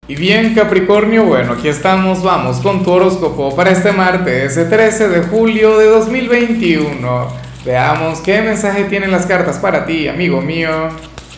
Y bien, Capricornio, bueno, aquí estamos, vamos con tu horóscopo para este martes, ese 13 de julio de 2021. Veamos qué mensaje tienen las cartas para ti, amigo mío.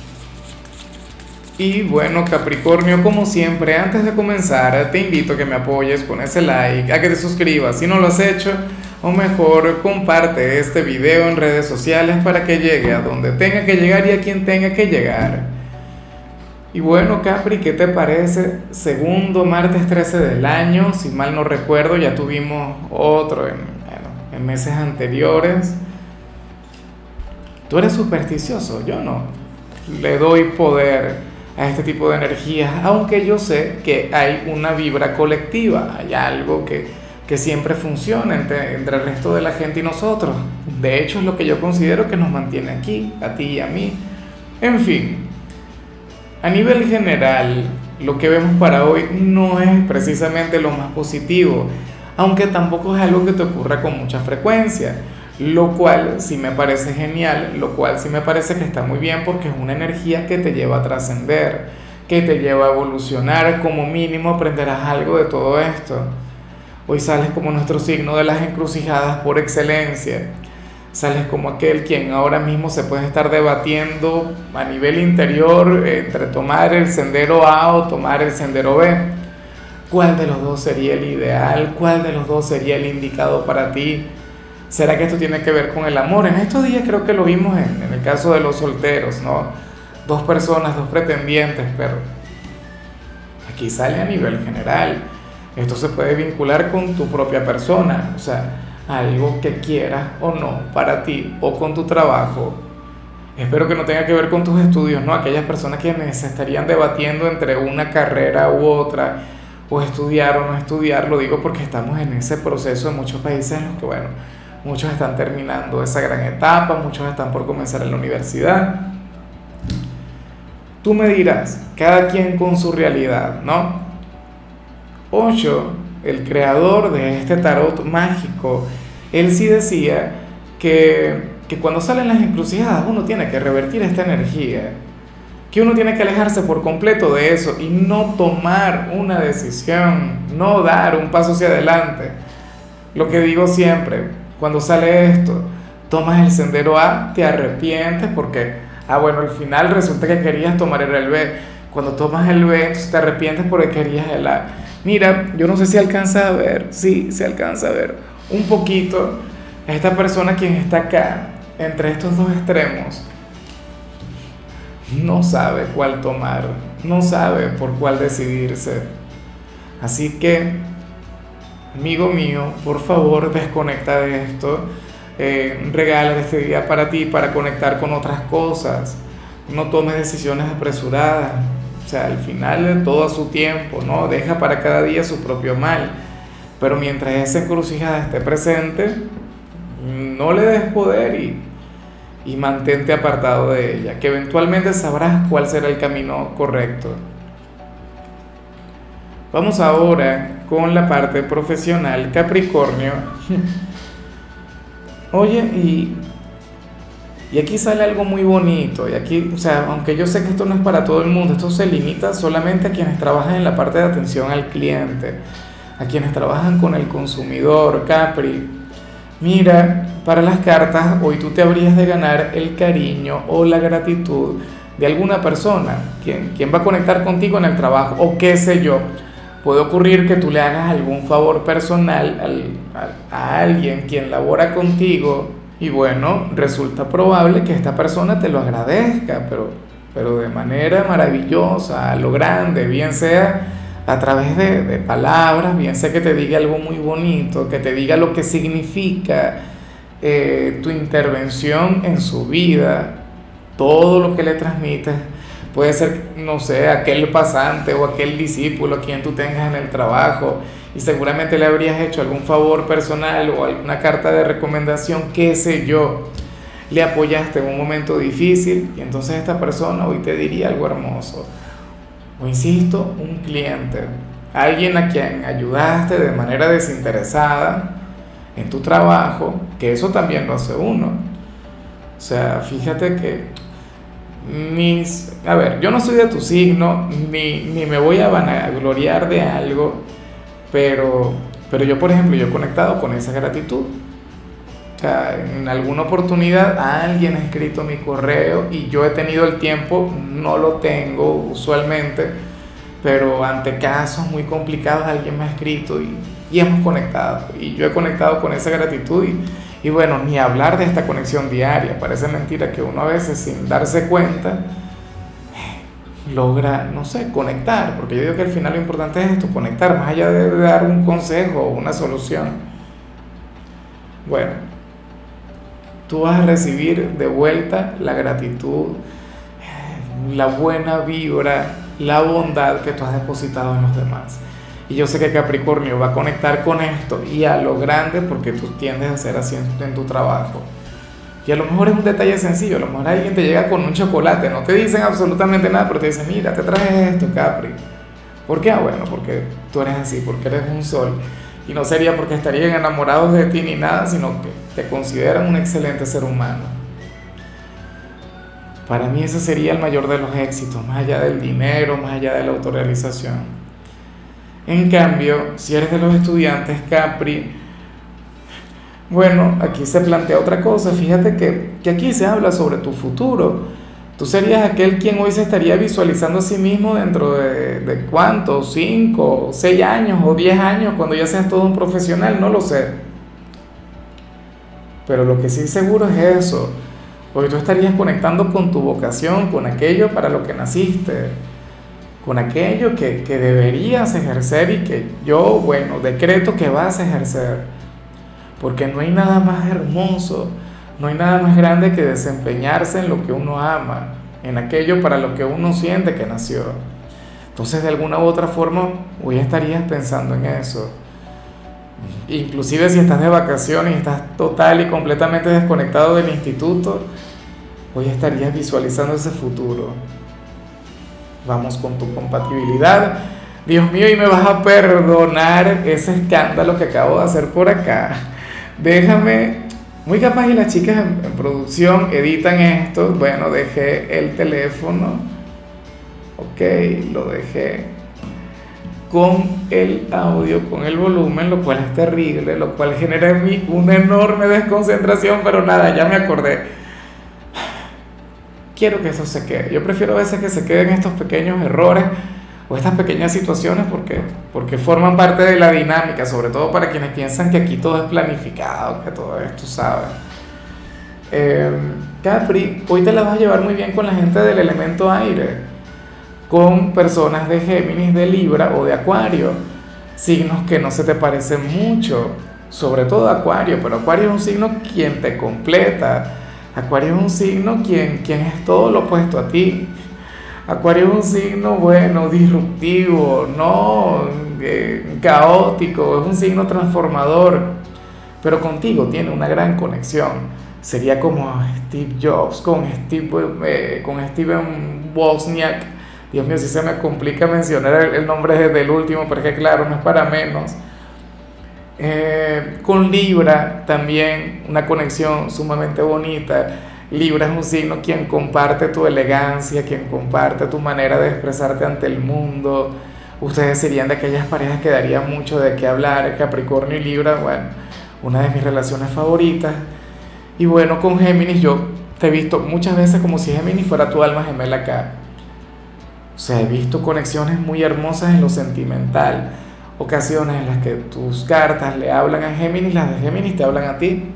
Y bueno, Capricornio, como siempre, antes de comenzar, te invito a que me apoyes con ese like, a que te suscribas si no lo has hecho, o mejor, comparte este video en redes sociales para que llegue a donde tenga que llegar y a quien tenga que llegar. Y bueno, Capri, ¿qué te parece? Segundo martes 13 del año, si mal no recuerdo, ya tuvimos otro en meses anteriores. ¿Tú eres supersticioso? Yo no. Le doy poder a este tipo de energías, aunque yo sé que hay una vibra colectiva, hay algo que siempre funciona entre el resto de la gente y nosotros. De hecho, es lo que yo considero que nos mantiene aquí, a ti y a mí. En fin. A nivel general, lo que vemos para hoy no es precisamente lo más positivo, aunque tampoco es algo que te ocurra con mucha frecuencia, lo cual sí me parece genial, lo cual sí me parece que está muy bien porque es una energía que te lleva a trascender, que te lleva a evolucionar, como mínimo aprenderás algo de todo esto. Hoy sales como nuestro signo de las encrucijadas por excelencia. Sales como aquel quien ahora mismo se puede estar debatiendo a nivel interior entre tomar el sendero A o tomar el sendero B. ¿Cuál de los dos sería el ideal? ¿Cuál de los dos sería el indicado para ti? ¿Será que esto tiene que ver con el amor? En estos días creo que lo vimos en el caso de los solteros, ¿no? Dos personas, dos pretendientes, pero aquí sale a nivel general. Esto se puede vincular con tu propia persona, o sea, algo que quieras o no para ti o con tu trabajo. Espero que no tenga que ver con tus estudios, ¿no? Aquellas personas que se estarían debatiendo entre una carrera u otra, o estudiar o no estudiar, lo digo porque estamos en ese proceso en muchos países en los que, bueno, muchos están terminando esa gran etapa, muchos están por comenzar en la universidad. Tú me dirás, cada quien con su realidad, ¿no? Osho, el creador de este tarot mágico, él sí decía que cuando salen las encrucijadas uno tiene que revertir esta energía, que uno tiene que alejarse por completo de eso y no tomar una decisión, no dar un paso hacia adelante. Lo que digo siempre, cuando sale esto, tomas el sendero A, te arrepientes porque, bueno, al final resulta que querías tomar el B. Cuando tomas el B, entonces te arrepientes porque querías el A. Mira, yo no sé si alcanza a ver, sí, se alcanza a ver un poquito a esta persona quien está acá, entre estos dos extremos, no sabe cuál tomar, no sabe por cuál decidirse. Así que, amigo mío, por favor, desconecta de esto, regala este día para ti, para conectar con otras cosas, no tomes decisiones apresuradas. O sea, al final todo a su tiempo, ¿no? Deja para cada día su propio mal. Pero mientras esa encrucijada esté presente, no le des poder y mantente apartado de ella, que eventualmente sabrás cuál será el camino correcto. Vamos ahora con la parte profesional, Capricornio. Oye, y aquí sale algo muy bonito, y aquí, o sea, aunque yo sé que esto no es para todo el mundo, esto se limita solamente a quienes trabajan en la parte de atención al cliente, a quienes trabajan con el consumidor, Capri. Mira, para las cartas, hoy tú te habrías de ganar el cariño o la gratitud de alguna persona, quien va a conectar contigo en el trabajo, o qué sé yo. Puede ocurrir que tú le hagas algún favor personal a alguien quien labora contigo. Y bueno, resulta probable que esta persona te lo agradezca, pero de manera maravillosa, a lo grande, bien sea a través de palabras, bien sea que te diga algo muy bonito, que te diga lo que significa tu intervención en su vida, todo lo que le transmites. Puede ser, no sé, aquel pasante o aquel discípulo a quien tú tengas en el trabajo y seguramente le habrías hecho algún favor personal o alguna carta de recomendación, qué sé yo. Le apoyaste en un momento difícil y entonces esta persona hoy te diría algo hermoso. O insisto, un cliente, alguien a quien ayudaste de manera desinteresada en tu trabajo, que eso también lo hace uno. O sea, fíjate que A ver, yo no soy de tu signo, ni me voy a vanagloriar de algo, pero, pero yo, por ejemplo, yo he conectado con esa gratitud. O sea, en alguna oportunidad alguien ha escrito mi correo y yo he tenido el tiempo, no lo tengo usualmente, pero ante casos muy complicados alguien me ha escrito y hemos conectado. Y yo he conectado con esa gratitud y bueno, ni hablar de esta conexión diaria. Parece mentira que uno a veces sin darse cuenta logra, no sé, conectar, porque yo digo que al final lo importante es esto, conectar, más allá de dar un consejo o una solución. Bueno, tú vas a recibir de vuelta la gratitud, la buena vibra, la bondad que tú has depositado en los demás. Y yo sé que Capricornio va a conectar con esto y a lo grande porque tú tiendes a ser así en tu trabajo. Y a lo mejor es un detalle sencillo, a lo mejor alguien te llega con un chocolate, no te dicen absolutamente nada, pero te dicen, mira, te traje esto, Capri. ¿Por qué? Ah, bueno, porque tú eres así, porque eres un sol. Y no sería porque estarían enamorados de ti ni nada, sino que te consideran un excelente ser humano. Para mí ese sería el mayor de los éxitos, más allá del dinero, más allá de la autorrealización. En cambio, si eres de los estudiantes, Capri, bueno, aquí se plantea otra cosa. Fíjate que aquí se habla sobre tu futuro. Tú serías aquel quien hoy se estaría visualizando a sí mismo dentro de ¿cuántos? 5, 6 años o 10 años, cuando ya seas todo un profesional, no lo sé. Pero lo que sí seguro es eso. Hoy tú estarías conectando con tu vocación, con aquello para lo que naciste, con aquello que deberías ejercer y que yo, bueno, decreto que vas a ejercer. Porque no hay nada más hermoso, no hay nada más grande que desempeñarse en lo que uno ama, en aquello para lo que uno siente que nació. Entonces, de alguna u otra forma, hoy estarías pensando en eso. Inclusive si estás de vacaciones y estás total y completamente desconectado del instituto, hoy estarías visualizando ese futuro. Vamos con tu compatibilidad. Dios mío, y me vas a perdonar ese escándalo que acabo de hacer por acá. Déjame, muy capaz y las chicas en producción editan esto. Bueno, dejé el teléfono, ok, lo dejé con el audio, con el volumen, lo cual es terrible, lo cual genera en mí una enorme desconcentración, pero nada, ya me acordé. Quiero que eso se quede. Yo prefiero a veces que se queden estos pequeños errores o estas pequeñas situaciones porque forman parte de la dinámica, sobre todo para quienes piensan que aquí todo es planificado, que todo esto, ¿sabes? Capri, hoy te la vas a llevar muy bien con la gente del elemento aire, con personas de Géminis, de Libra o de Acuario, signos que no se te parecen mucho, sobre todo Acuario, pero Acuario es un signo quien te completa, Acuario es un signo quien es todo lo opuesto a ti. Acuario es un signo, bueno, disruptivo, no caótico, es un signo transformador, pero contigo tiene una gran conexión. Sería como Steve Jobs con Steven Wozniak. Dios mío, si se me complica mencionar el nombre del último, porque claro, no es para menos. Con Libra también una conexión sumamente bonita. Libra es un signo quien comparte tu elegancia, quien comparte tu manera de expresarte ante el mundo. Ustedes serían de aquellas parejas que daría mucho de qué hablar. Capricornio y Libra, bueno, una de mis relaciones favoritas. Y bueno, con Géminis yo te he visto muchas veces como si Géminis fuera tu alma gemela acá. O sea, he visto conexiones muy hermosas en lo sentimental. Ocasiones en las que tus cartas le hablan a Géminis, las de Géminis te hablan a ti.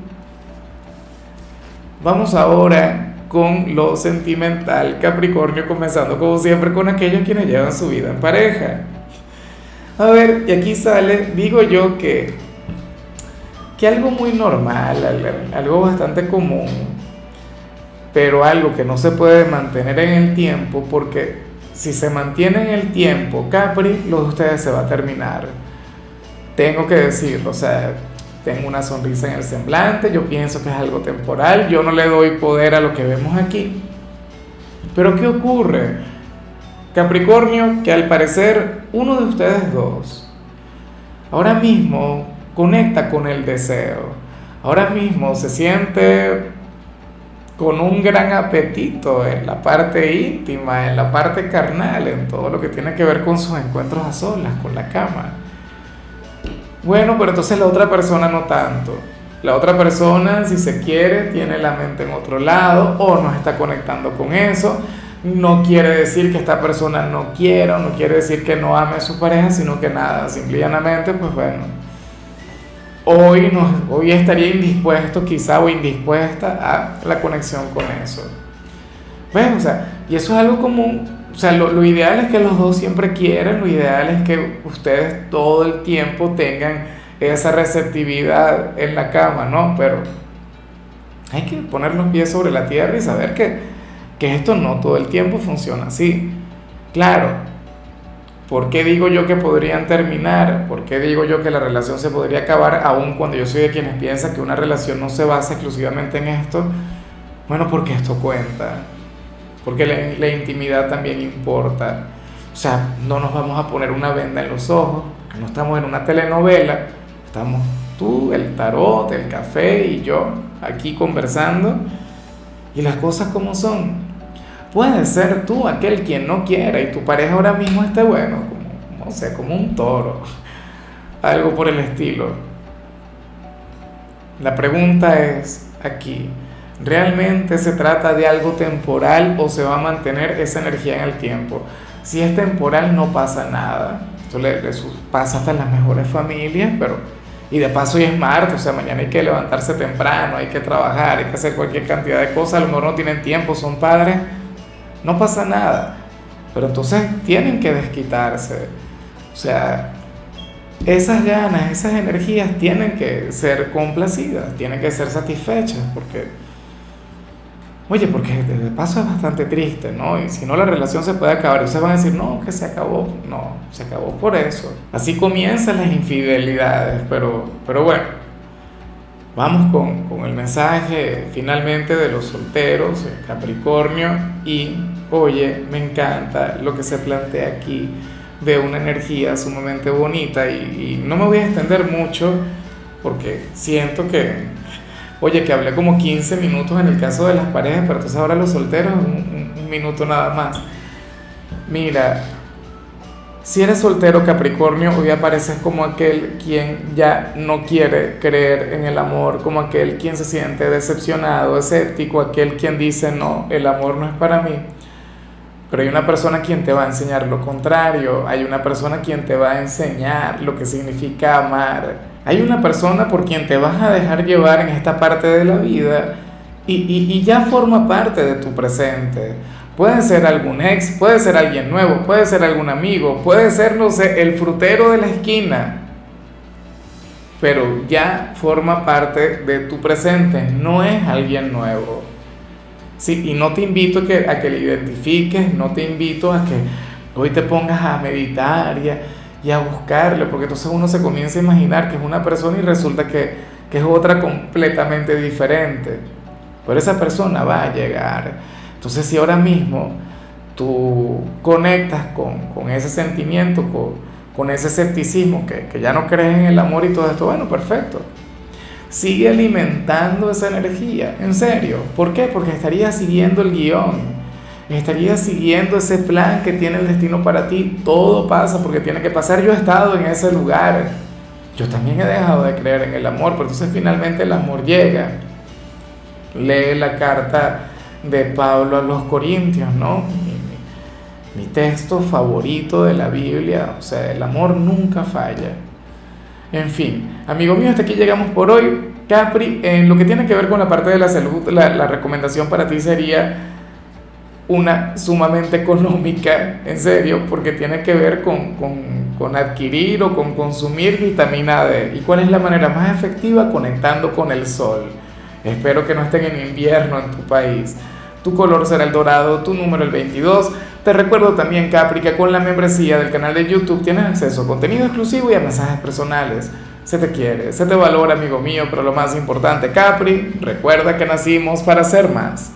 Vamos ahora con lo sentimental, Capricornio, comenzando como siempre con aquellos quienes llevan su vida en pareja. A ver, y aquí sale, digo yo que algo muy normal, algo bastante común, pero algo que no se puede mantener en el tiempo, porque si se mantiene en el tiempo, Capri, lo de ustedes se va a terminar. Tengo que decirlo, o sea, tengo una sonrisa en el semblante, yo pienso que es algo temporal, yo no le doy poder a lo que vemos aquí. Pero ¿qué ocurre? Capricornio, que al parecer uno de ustedes dos ahora mismo conecta con el deseo, ahora mismo se siente con un gran apetito en la parte íntima, en la parte carnal, en todo lo que tiene que ver con sus encuentros a solas, con la cama. Bueno, pero entonces la otra persona no tanto. La otra persona, si se quiere, tiene la mente en otro lado o no está conectando con eso. No quiere decir que esta persona no quiera, no quiere decir que no ame a su pareja, sino que nada, simple y llanamente, pues bueno, hoy, no, hoy estaría indispuesto quizá o indispuesta a la conexión con eso. ¿Ves? O sea, y eso es algo común. O sea, lo ideal es que los dos siempre quieran, lo ideal es que ustedes todo el tiempo tengan esa receptividad en la cama, ¿no? Pero hay que poner los pies sobre la tierra y saber que esto no todo el tiempo funciona así. Claro, ¿por qué digo yo que podrían terminar? ¿Por qué digo yo que la relación se podría acabar aun cuando yo soy de quienes piensan que una relación no se basa exclusivamente en esto? Bueno, porque esto cuenta, porque la intimidad también importa. O sea, no nos vamos a poner una venda en los ojos, porque no estamos en una telenovela, estamos tú, el tarot, el café y yo aquí conversando y las cosas como son. Puede ser tú aquel quien no quiera y tu pareja ahora mismo esté bueno, como, no sé, como un toro, algo por el estilo. La pregunta es aquí, ¿realmente se trata de algo temporal o se va a mantener esa energía en el tiempo? Si es temporal no pasa nada, esto pasa hasta en las mejores familias, pero y de paso hoy es martes, o sea, mañana hay que levantarse temprano, hay que trabajar, hay que hacer cualquier cantidad de cosas, a lo mejor no tienen tiempo, son padres, no pasa nada, pero entonces tienen que desquitarse, o sea, esas ganas, esas energías tienen que ser complacidas, tienen que ser satisfechas, porque, oye, porque de paso es bastante triste, ¿no? Y si no, la relación se puede acabar, y ustedes van a decir, no, que se acabó, no, se acabó por eso. Así comienzan las infidelidades, pero bueno, vamos con el mensaje finalmente de los solteros, Capricornio, y oye, me encanta lo que se plantea aquí, de una energía sumamente bonita, y no me voy a extender mucho, porque siento que, oye, que hablé como 15 minutos en el caso de las parejas, pero entonces ahora los solteros, un minuto nada más. Mira, si eres soltero Capricornio, hoy apareces como aquel quien ya no quiere creer en el amor, como aquel quien se siente decepcionado, escéptico, aquel quien dice, no, el amor no es para mí. Pero hay una persona quien te va a enseñar lo contrario, hay una persona quien te va a enseñar lo que significa amar. Hay una persona por quien te vas a dejar llevar en esta parte de la vida y ya forma parte de tu presente. Puede ser algún ex, puede ser alguien nuevo, puede ser algún amigo, puede ser, no sé, el frutero de la esquina, pero ya forma parte de tu presente, no es alguien nuevo. Sí, y no te invito a que le identifiques, no te invito a que hoy te pongas a meditar y a buscarle, porque entonces uno se comienza a imaginar que es una persona y resulta que es otra completamente diferente. Pero esa persona va a llegar. Entonces si ahora mismo tú conectas con ese sentimiento, con ese escepticismo, que ya no crees en el amor y todo esto, bueno, perfecto. Sigue alimentando esa energía, en serio. ¿Por qué? Porque estarías siguiendo el guión, estarías siguiendo ese plan que tiene el destino para ti. Todo pasa porque tiene que pasar. Yo he estado en ese lugar, yo también he dejado de creer en el amor, pero entonces finalmente el amor llega. Lee la carta de Pablo a los Corintios, ¿no? Mi texto favorito de la Biblia. O sea, el amor nunca falla. En fin, amigo mío, hasta aquí llegamos por hoy. Capri, en lo que tiene que ver con la parte de la salud, la recomendación para ti sería una sumamente económica, en serio, porque tiene que ver con adquirir o con consumir vitamina D. ¿Y cuál es la manera más efectiva? Conectando con el sol. Espero que no estén en invierno en tu país. Tu color será el dorado, tu número el 22. Te recuerdo también, Capri, que con la membresía del canal de YouTube tienes acceso a contenido exclusivo y a mensajes personales. Se te quiere, se te valora, amigo mío, pero lo más importante, Capri, recuerda que nacimos para ser más.